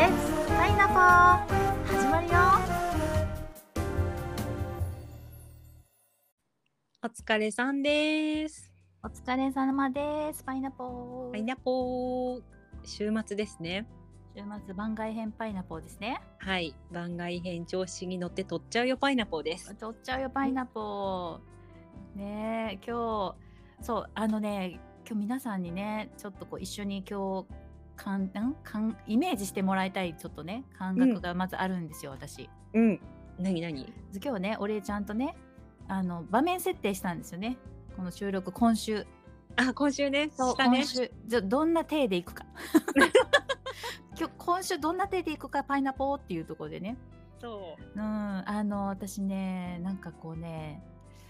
レッツパイナポー始まるよ。 お疲れさんです。 お疲れ様です。パイナポー。 パイナポー週末ですね。 週末番外編パイナポーですね。 はい、番外編調子に乗って取っちゃうよパイナポーです。 取っちゃうよパイナポー。ねえ、今日そう今日皆さんにねちょっとこう一緒に今日イメージしてもらいたいちょっとね感覚がまずあるんですよ、私。 何今日ねお礼ちゃんとね場面設定したんですよね。この収録今週ねしたね。今週どんな体でいくか今週どんな手でいくかパイナポーっていうところでね。私ねなんかこうね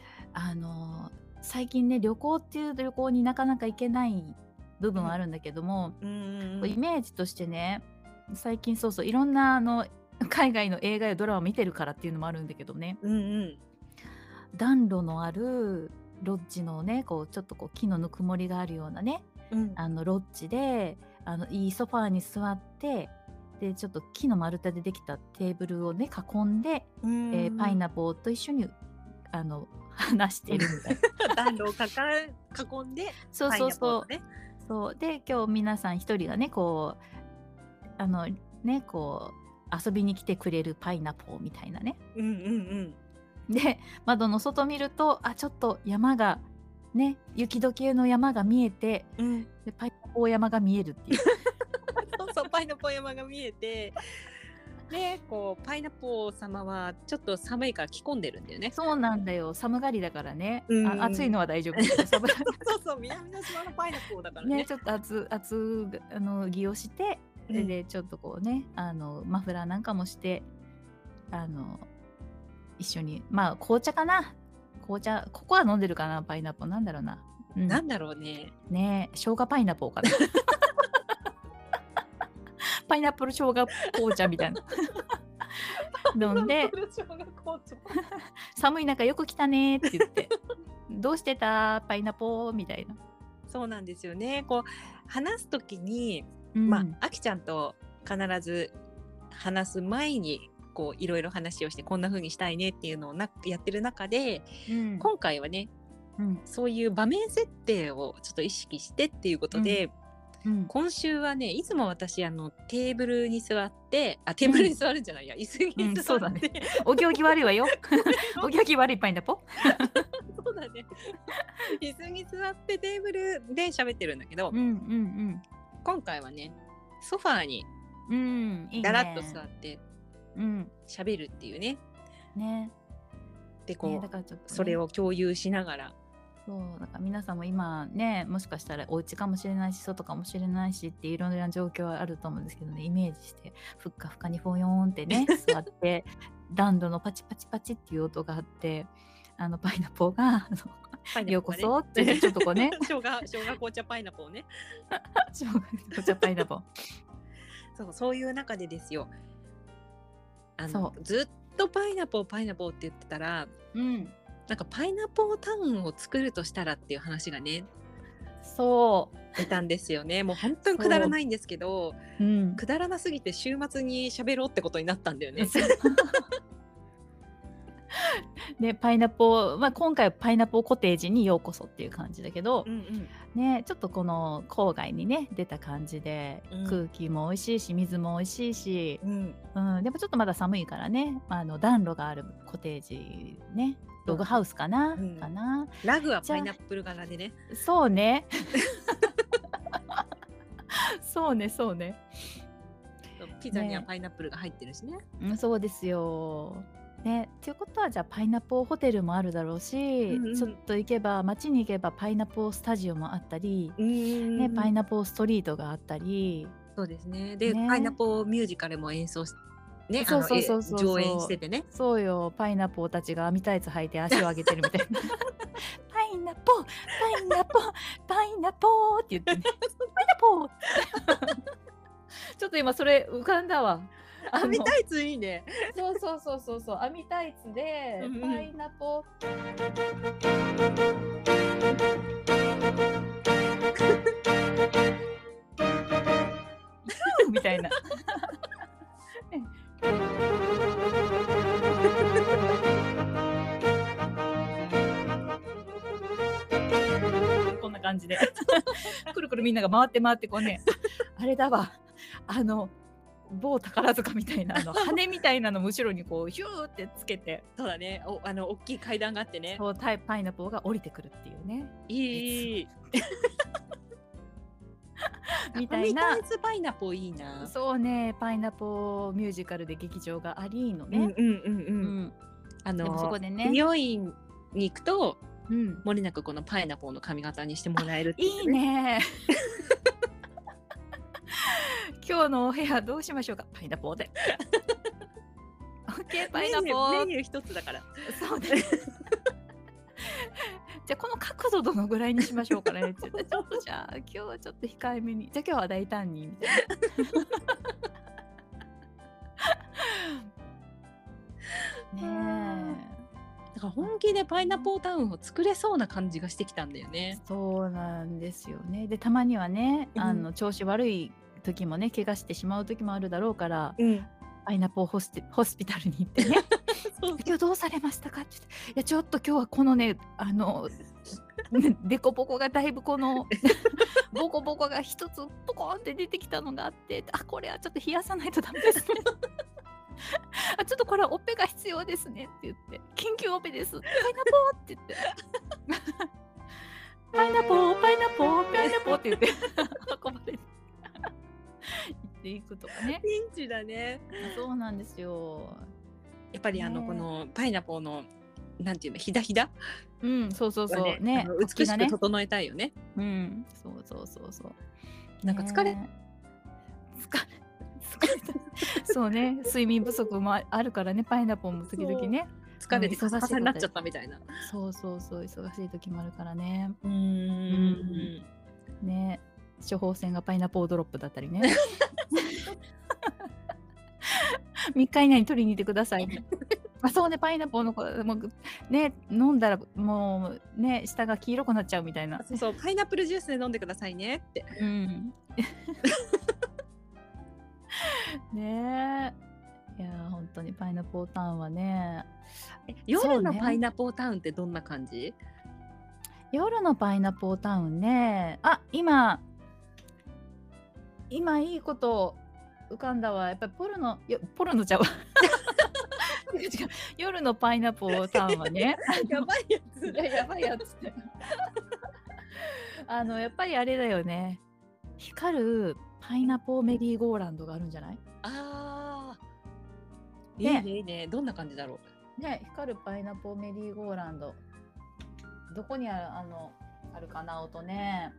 最近ね旅行っていう旅行になかなか行けない部分はあるんだけども、イメージとしてね最近そういろんな海外の映画やドラマを見てるからっていうのもあるんだけどね、暖炉のあるロッジのねこうちょっとこう木のぬくもりがあるようなね、ロッジでいいソファーに座ってでちょっと木の丸太でできたテーブルをね囲んで、パイナポーと一緒に話しているみたいな暖炉を囲んでそう、そうで今日皆さん一人がねこうこう遊びに来てくれるパイナポーみたいなね。で窓の外見るとちょっと山がね雪解けの山が見えて、でパイナポー山が見えるっていうそうパイナポー山が見えてでこうパイナポー様はちょっと寒いから着込んでるんだよね。 そうなんだよ、寒がりだからね、暑いのは大丈夫そう南の島のパイナポーだからねちょっと厚着をして、でちょっとこうねマフラーなんかもして一緒に紅茶かな、紅茶ここは飲んでるかな、パイナポーなんだろうな、 なんだろうね生姜パイナポーかなパイナップル生姜紅茶みたいな飲んで寒い中よく来たねって言ってどうしてたパイナポーみたいな。 そうなんですよね。こう話すときに、あきちゃんと必ず話す前にこういろいろ話をしてこんな風にしたいねっていうのをやってる中で、今回はね、そういう場面設定をちょっと意識してっていうことで、今週はねいつも私テーブルに座ってテーブルに座るんじゃないや、椅子に座って、 そうだね、お行儀悪いわよお行儀悪いパイナポそうだね椅子に座ってテーブルで喋ってるんだけど、今回はねソファーにだらっと座って喋るっていうね。でこう、だからちょっとそれを共有しながら、 そうだから皆さんも今ねもしかしたらお家かもしれないし外かもしれないしっていろんな状況はあると思うんですけどね、イメージしてふっかふかにフォヨーンってね座って暖炉のパチパチパチっていう音があってパイナポーがようこそってちょっとこうね生姜紅茶パイナポーね生姜紅茶パイナポーそういう中でですよ、ずっとパイナポーって言ってたら、なんかパイナポータウンを作るとしたらっていう話がね出たんですよね。もう本当にくだらないんですけど、くだらなすぎて週末に喋ろうってことになったんだよねでパイナポー、今回はパイナポーコテージにようこそっていう感じだけど、ね、ちょっとこの郊外にね出た感じで、空気も美味しいし水も美味しいし、でもちょっとまだ寒いからね暖炉があるコテージね、ログハウスかな、 ラグはパイナップル柄でね。 そうねそうねピザにはパイナップルが入ってるしね。 そうですよね。っていうことはじゃあパイナポーホテルもあるだろうし、ちょっと街に行けばパイナポースタジオもあったり、パイナポーストリートがあったり。 そうですね。で、パイナポーミュージカルも演奏してね、上演しててね。 そうよ、パイナポーたちが網タイツ履いて足を上げてるみたいなパイナポーパイナポーって言ってねパイナポーちょっと今それ浮かんだわ。 網タイツいいね。 そう網タイツでパイナポみたいな感じでくるくるみんなが回ってこうね、あれだわ、某宝塚みたいな羽みたいなの後ろにこうヒューってつけて、 そうだね、大きい階段があってね、 そうパイナポーが降りてくるっていうね、 いいみたいな。 パイナポーいいな。 そうね、パイナポーミュージカルで劇場がありのね、でもそこでね、 美容院に行くと、もれなくこのパイナポーの髪型にしてもらえるっていう、 いいね今日のお部屋どうしましょうか、パイナポーでオッケー、パイナポーメニュー一つだから。 そうねじゃあこの角度どのぐらいにしましょうかねって言って、ちょっとじゃあ今日はちょっと控えめに、じゃあ今日は大胆にみたいなねえ、 だから本気でパイナポータウンを作れそうな感じがしてきたんだよね。 そうなんですよね。でたまにはね、調子悪い時もね、怪我してしまう時もあるだろうから、パイナポーホスピタルに行ってね今日どうされましたかって言って、いやちょっと今日はこのねデコボコがだいぶこのボコボコが一つポコンって出てきたのがあって、あ、これはちょっと冷やさないとダメですねあ、ちょっとこれはオペが必要ですねって言って、緊急オペです、パイナポーって言ってパイナポーパイナポーパイナポーって言って運ばれて行っていくとかね。 ピンチだね。 そうなんですよ。 やっぱりこのパイナポーのなんていうの、ひだひだ、 そうそうそうね、 美しく整えたいよね。 そうなんか疲れたそうね、睡眠不足もあるからね、パイナポーも時々ね、 疲れてカサカサになっちゃったみたいな。 そう忙しい時もあるからね。ね、処方箋がパイナポードロップだったりね3日以内に取りに行ってくださいそうね、パイナポーのもうね、飲んだらもうね、下が黄色くなっちゃうみたいな。 そうパイナップルジュースで飲んでくださいねってねえ、いや本当にパイナポータウンはね。 夜のパイナポータウンってどんな感じ？ 夜のパイナポータウンね、今いいこと浮かんだわ。やっぱりポルノちゃうわ夜のパイナポータウンはねやばいやつやばいやつってやっぱりあれだよね、光るパイナポーメリーゴーランドがあるんじゃない？ いいねいいね。どんな感じだろうね。光るパイナポーメリーゴーランド、どこにあるかな、音ね。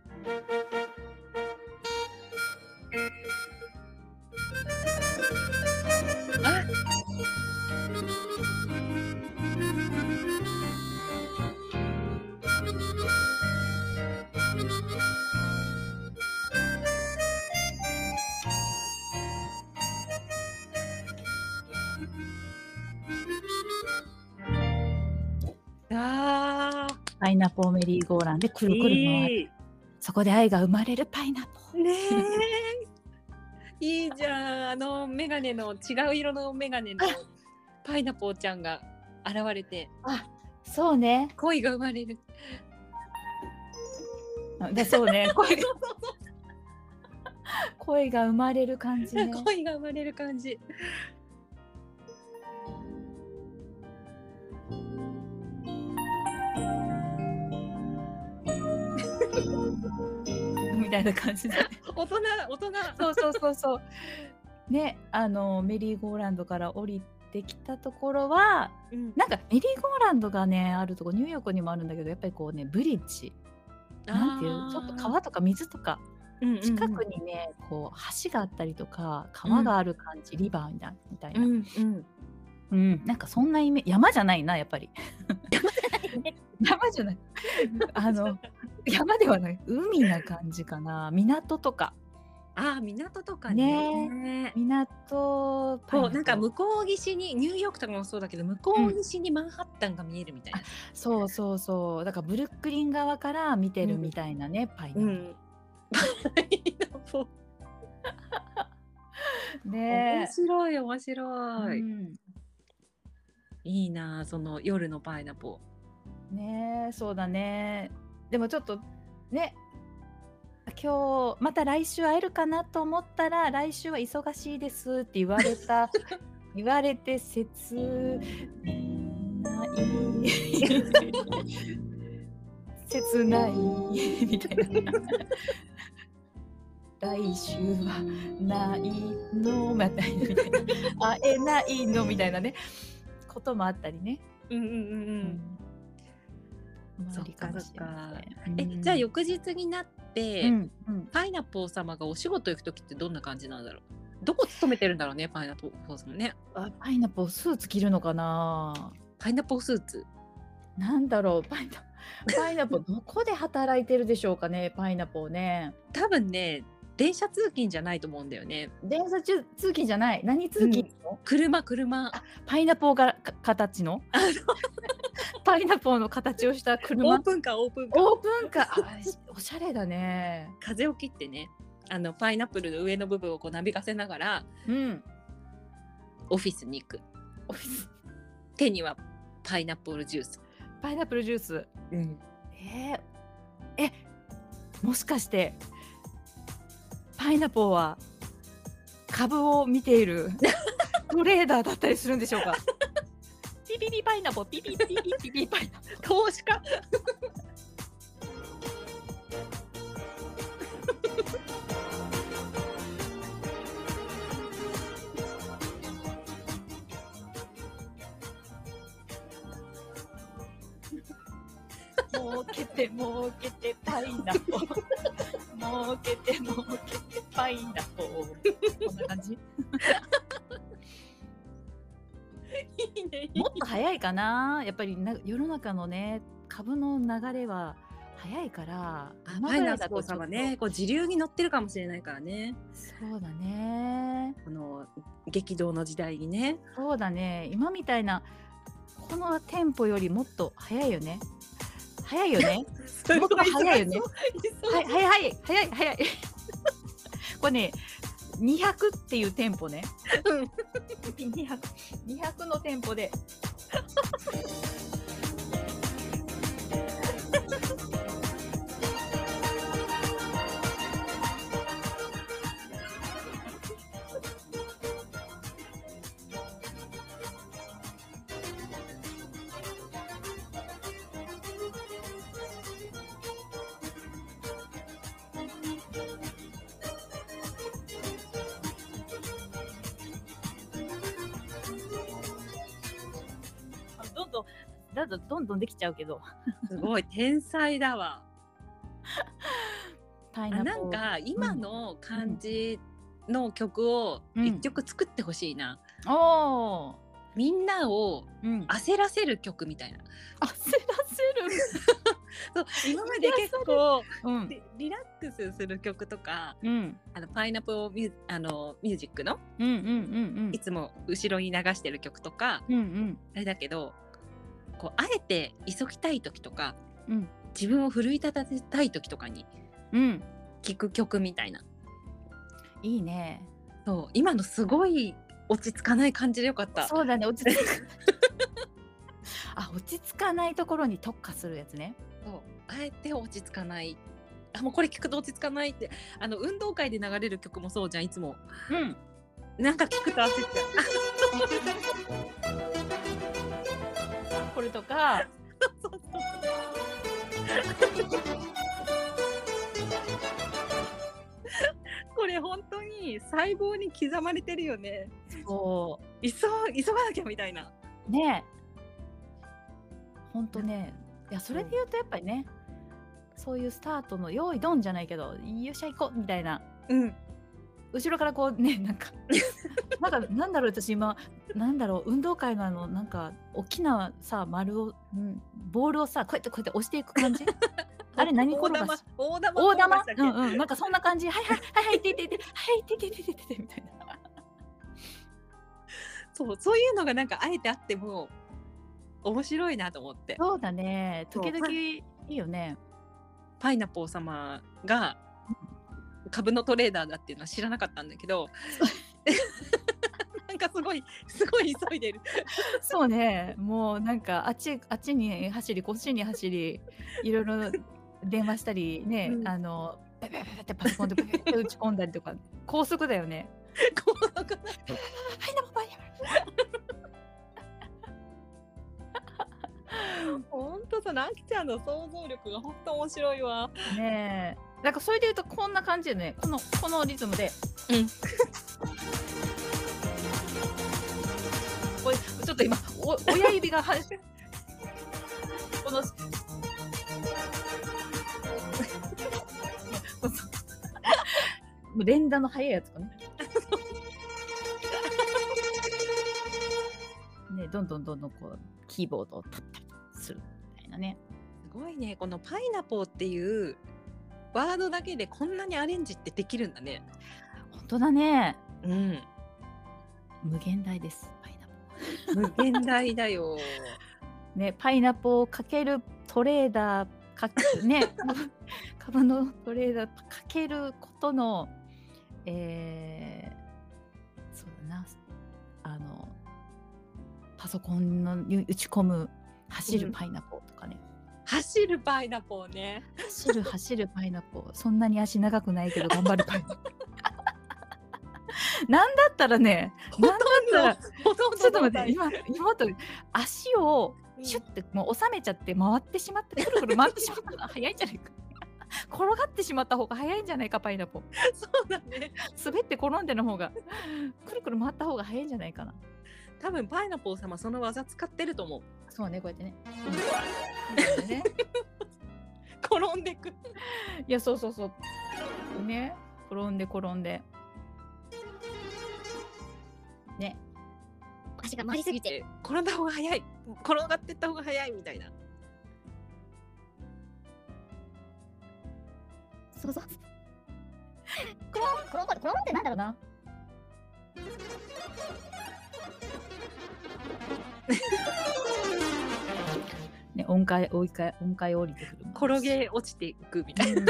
パイナポーメリーゴーランドでくるくる回る、そこで愛が生まれるパイナポーねいいじゃん。メガネの違う色のメガネのパイナポーちゃんが現れて、 そうね、 恋が生まれる。 そうね、恋が生まれる感じね。 恋が生まれる感じ。 みたいな感じで大人そうね、メリーゴーランドから降りてきたところは、なんかメリーゴーランドがねあるとこニューヨークにもあるんだけど、やっぱりこうね、ブリッジなんていう、ちょっと川とか水とか近くにね、こう橋があったりとか川がある感じ、リバーみたいな、なんかそんなイメージ。山じゃないな、やっぱり山じゃない山ではない、海な感じかな。港とか港とかね。 港なんか向こう岸に、ニューヨークとかもそうだけど、向こう岸にマンハッタンが見えるみたいな。 そうだからブルックリン側から見てるみたいなね、パイナポーね、 面白い、いいな、その夜のパイナポーね。そうだね。でもちょっとね、今日また来週会えるかなと思ったら来週は忙しいですって言われて切ない切ないみたいな来週はないのみたいな会えないのみたいなねこともあったりね。 そっかそっか。じゃあ翌日になって、パイナポー様がお仕事行く時ってどんな感じなんだろう。どこ勤めてるんだろうね、パイナポー様ね。 パイナポースーツ着るのかな。 パイナポースーツなんだろう。パイナポーどこで働いてるでしょうかね、パイナポーね。 多分ね、電車通勤じゃないと思うんだよね。 電車通勤じゃない。何通勤の？ 車。 パイナポーが形のパイナポーの形をした車。 オープンカー。 おしゃれだね。 風を切ってね、パイナップルの上の部分をこうなびかせながら、オフィスに行く。手にはパイナップルジュース。 もしかしてパイナポーは株を見ているトレーダーだったりするんでしょうか。ピピピパイナポー、ピピピピピピパイナポー、 投資家。 儲けてパイナポー儲けてパイナポーこんな感じ。いいね。もっと早いかな。やっぱり世の中のね株の流れは早いから、 パイナポー様ね、こう時流に乗ってるかもしれないからね。 そうだね。 激動の時代にね。 そうだね。今みたいなこのテンポよりもっと早いよね。もっと早いよね。早い。これね、200っていうテンポね。200のテンポで。どんどんできちゃうけど。 すごい天才だわ。 なんか今の感じの曲を一曲作ってほしいな。みんなを焦らせる曲みたいな。 焦らせる。 そう、今まで結構リラックスする曲とか、パイナポーミュージックのいつも後ろに流してる曲とか、あれだけど、こうあえて急ぎたい時とか、自分を奮い立たせたい時とかに聴く曲みたいな。いいね。 そう、今のすごい落ち着かない感じでよかった。 そうだね、落ち着かないところに特化するやつね。 そう、あえて落ち着かない。もうこれ聞くと落ち着かないって、運動会で流れる曲もそうじゃん、いつも。なんか聞くと焦っちゃう。 これとか。 これ本当に細胞に刻まれてるよね。 そう。 急がなきゃみたいな。 ねえ。本当ね。いや、それで言うとやっぱりね、そういうスタートの用意ドンじゃないけど、よっしゃ行こうみたいな。後ろからこうね、なんかなんだろう、私今運動会のなんか大きなさ丸を、ボールをさこうやって押していく感じ。あれ何転がし？大玉。なんかそんな感じ。はいてみたいな。 そういうのがなんかあえてあっても面白いなと思って。 そうだね。時々いいよね。 パイナポー様が株のトレーダーだっていうのは知らなかったんだけどなんかすごい急いでる。 そうね、もうなんかあっちに走りこっちに走り、いろいろ電話したりね、 うん。 ベベベベってパソコンでベベベって打ち込んだりとか、高速だよね。 高速だ。 はい、ナポパイほんとそのあきちゃんの想像力がほんと面白いわ。 ねえ。なんかそれで言うとこんな感じよね。このリズムで、 うん。 これちょっと今親指がこのもう連打の速いやつかね。ね、どんどんこうキーボードをタッタッするみたいなね。 すごいね、このパイナポーっていうワードだけでこんなにアレンジってできるんだね。 本当だね。 うん。 無限大です。パイナポ無限大だよ。 ね、パイナポーかけるトレーダーかね、株のトレーダーかけることの、そうだな、パソコンに打ち込む走るパイナポーとかね。 走るパイナポーね。 走るパイナポー。そんなに足長くないけど頑張るパイナポー。なんだったらね、 ほとんどちょっと待って、今と足をシュッてもう収めちゃって回ってしまって、くるくる回ってしまったら早いんじゃないか。転がってしまった方が早いんじゃないか、パイナポー。 そうだね。 滑って転んでの方が、くるくる回った方が早いんじゃないかな。 多分パイナポー様その技使ってると思う。 そうね、こうやってね。ね転んでく。 いや、そう。ね、転んで。ね。 足が回りすぎて転んだ方が早い。転がってった方が早いみたいな。 そう。転んってなんだろうな。ね、音階降りてくる。 転げ落ちていくみたいな。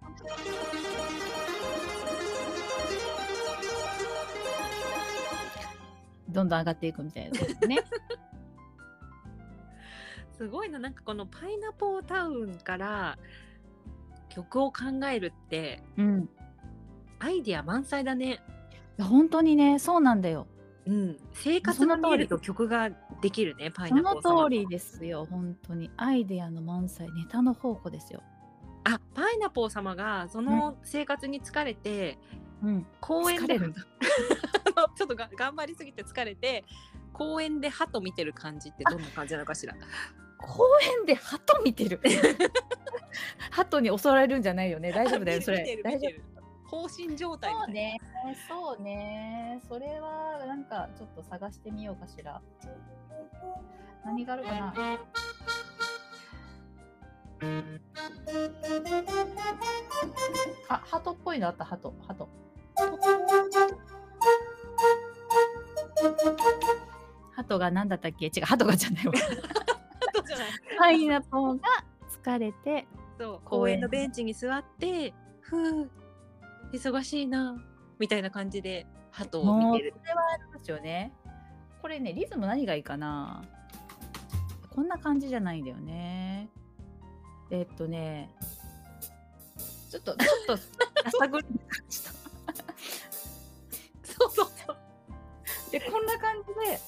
どんどん上がっていくみたいなね。 すごいな、なんかこのパイナポータウンから曲を考えるって、アイディア満載だね。 本当にね、そうなんだよ。 うん、生活が見えると曲ができるね、パイナポー様。 その通りですよ、本当に。アイデアの満載、ネタの宝庫ですよ。 あ、パイナポー様がその生活に疲れて、公園で疲れるんだ。 ちょっと頑張りすぎて疲れて、公園で鳩見てる感じってどんな感じなのかしら。 公園で鳩見てる。鳩に襲われるんじゃないよね。大丈夫だよ、それ。大丈夫。 放心状態みたいな。 そうね。それはなんかちょっと探してみようかしら。何があるかな。あ、鳩っぽいのあった、鳩。鳩が何だったっけ？違う、鳩がじゃないわ。 鳩じゃない。 パイナポーが疲れて、 そう公園のベンチに座ってふう忙しいなみたいな感じで鳩を見てる。 それはありますよね。これね、リズム何がいいかな。こんな感じじゃないんだよね。ちょっと探る感じと。 そう。 で、こんな感じで。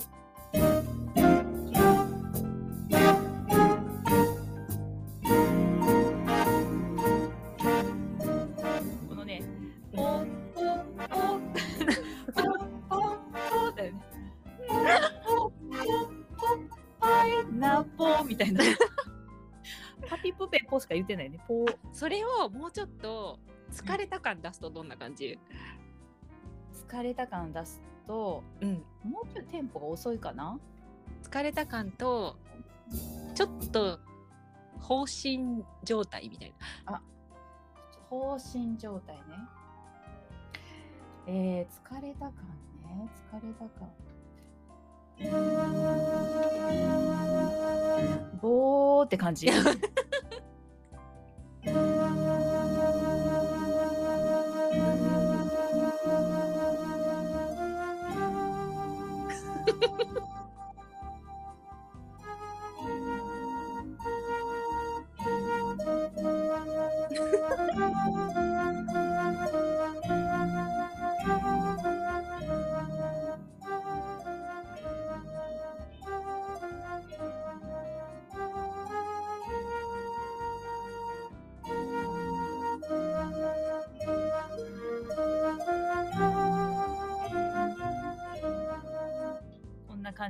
このね、ポーだよね。パイナポーみたいな。パピプペポしか言ってないね。ポー。 それをもうちょっと疲れた感出すとどんな感じ？ 疲れた感出すと、もうちょいテンポが遅いかな。 疲れた感とちょっと放心状態みたいな。 あ、放心状態ね。疲れた感ね。ボーって感じ。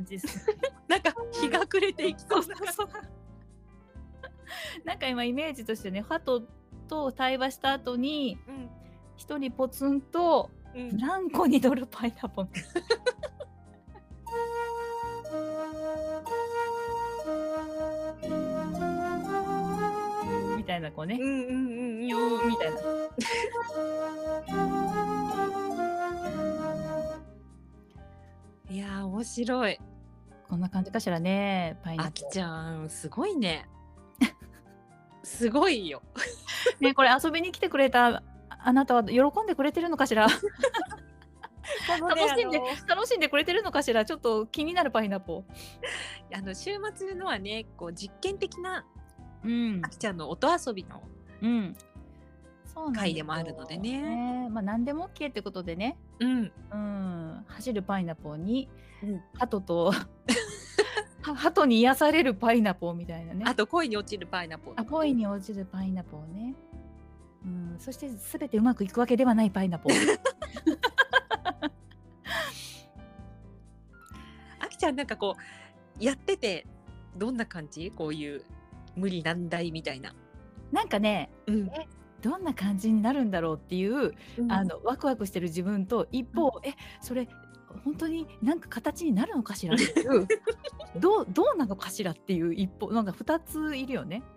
感じです。 なんか日が暮れていきそうな。 なんか今イメージとしてね、鳩と対話した後に、一人ポツンとブランコに乗るパイナポー。みたいなこうね、みたいな。 いや面白い。 こんな感じかしらね、パイナポー。 あきちゃんすごいね。すごいよ。 ね、これ遊びに来てくれたあなたは喜んでくれてるのかしら。楽しんでくれてるのかしら。ちょっと気になるパイナポー。週末のはね、こう実験的な、 あきちゃんの音遊びの回でもあるのでね。 まあ何でも OK ってことでね。走るパイナポーに、鳩と鳩に癒されるパイナポーみたいなね。 あと恋に落ちるパイナポー。 恋に落ちるパイナポーね。そして全てうまくいくわけではないパイナポー。 あきちゃんなんかこうやっててどんな感じ？こういう無理難題みたいな。 なんかね、どんな感じになるんだろうっていう、ワクワクしてる自分と、一方、それ本当になんか形になるのかしらっていうどうなのかしらっていう一方、なんか2ついるよね。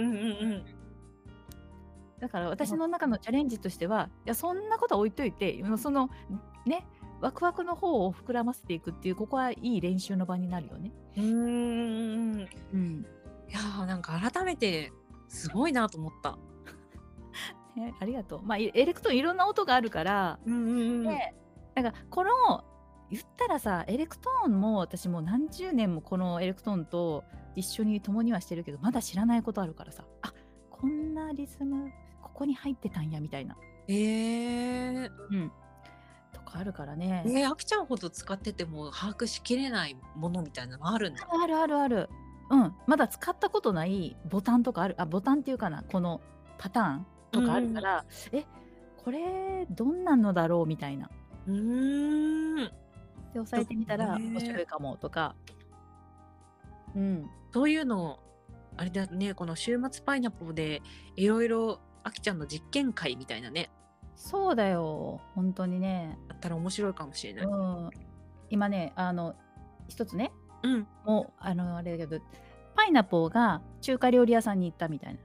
だから私の中のチャレンジとしては、いやそんなことは置いといて、そのねワクワクの方を膨らませていくっていう、ここはいい練習の場になるよね。 いやなんか改めてすごいなと思った。 ありがとう。まあエレクトーンいろんな音があるから、なんかこの言ったらさ、エレクトーンも私もう何十年もこのエレクトーンと一緒に共にはしてるけど、まだ知らないことあるからさ、こんなリズムここに入ってたんやみたいな。とかあるからね。 あきちゃんほど使ってても把握しきれないものみたいなのあるんだ。 ある。まだ使ったことないボタンとかある。ボタンっていうかな、このパターンとかあるから、これどんなのだろうみたいな。で押さえてみたら面白いかもとか。 そういうのあれだね、この週末パイナポーでいろいろあきちゃんの実験会みたいなね。 そうだよ、本当にね。 あったら面白いかもしれない。 今ね、一つね、もうあれだけど、パイナポーが中華料理屋さんに行ったみたいな。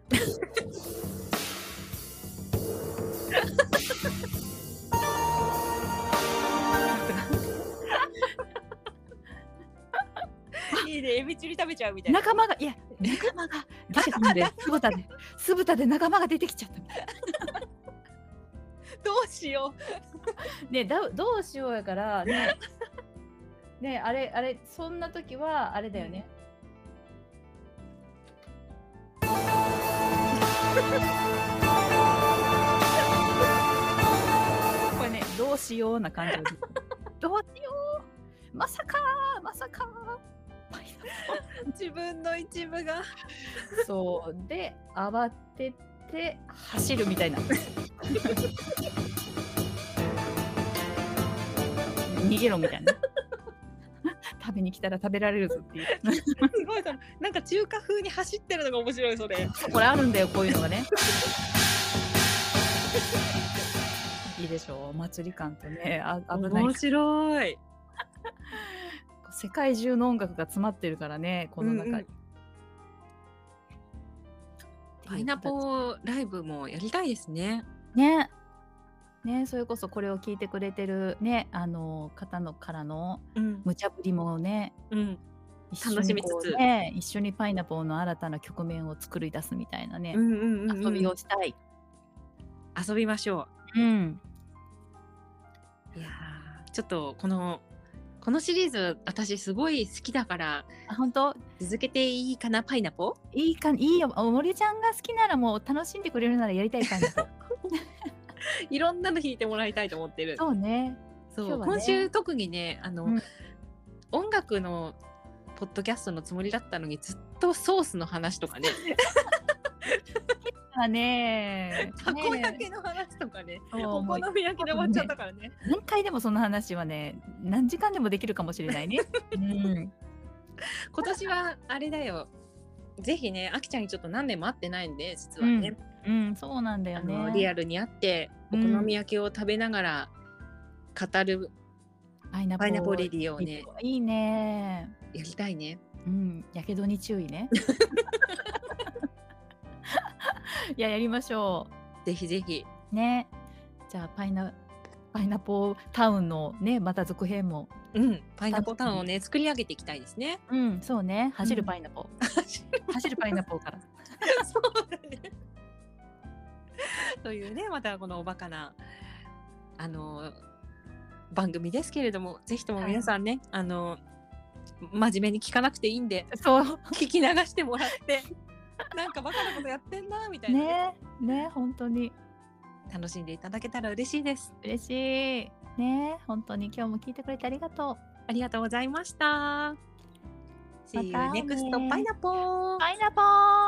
いいね、エビチリ食べちゃうみたいな。 仲間が出てくるんで、酢豚で仲間が出てきちゃったみたいな。 どうしよう。ね、どうしようやからね。ね、あれそんな時はあれだよね。これね、どうしような感じ。どうしよう。まさか。 自分の一部が。 そうで慌てて走るみたいな。逃げろみたいな。食べに来たら食べられるぞっていう。 すごいなんか中華風に走ってるのが面白い。それこれあるんだよ、こういうのがね。いいでしょう、お祭り感とね。危ない。 面白い。 世界中の音楽が詰まってるからね、この中に。 パイナポーライブもやりたいですね。 ね、それこそこれを聞いてくれてるね、方のからの無茶ぶりもね、 楽しみつつね、一緒にパイナポーの新たな局面を作り出すみたいなね、遊びをしたい。 遊びましょう。いやちょっとこのシリーズ私すごい好きだから。 本当？ 続けていいかな、パイナポー？ いいよ。森ちゃんが好きなら、もう楽しんでくれるならやりたいパイナポー。 いろんなの弾いてもらいたいと思ってる。 そうね。 今週特にね、音楽のポッドキャストのつもりだったのにずっとソースの話とかね。 かね。 たこ焼きの話とかね、お好み焼きで終わっちゃったからね。 何回でもその話はね、何時間でもできるかもしれないね。うん。 今年はあれだよ。ぜひね、あきちゃんにちょっと何年も会ってないんで、実はね。 そうなんだよね。 リアルに会って、お好み焼きを食べながら語るパイナポーレディをね。 いいね。 やりたいね。 やけどに注意ね。いや、やりましょう。ぜひぜひ。 ね。じゃあパイナポータウンのね、また続編も。 パイナポータウンをね、作り上げていきたいですね。 そうね。走るパイナポー。走るパイナポーから。 そうだね。というね、またこのおバカな番組ですけれども、ぜひとも皆さんね、真面目に聞かなくていいんで、聞き流してもらって、なんかバカなことやってんなみたいなね、本当に楽しんでいただけたら嬉しいです。 嬉しいね。本当に今日も聞いてくれてありがとう。 ありがとうございました。See you next パイナポー。 パイナポー。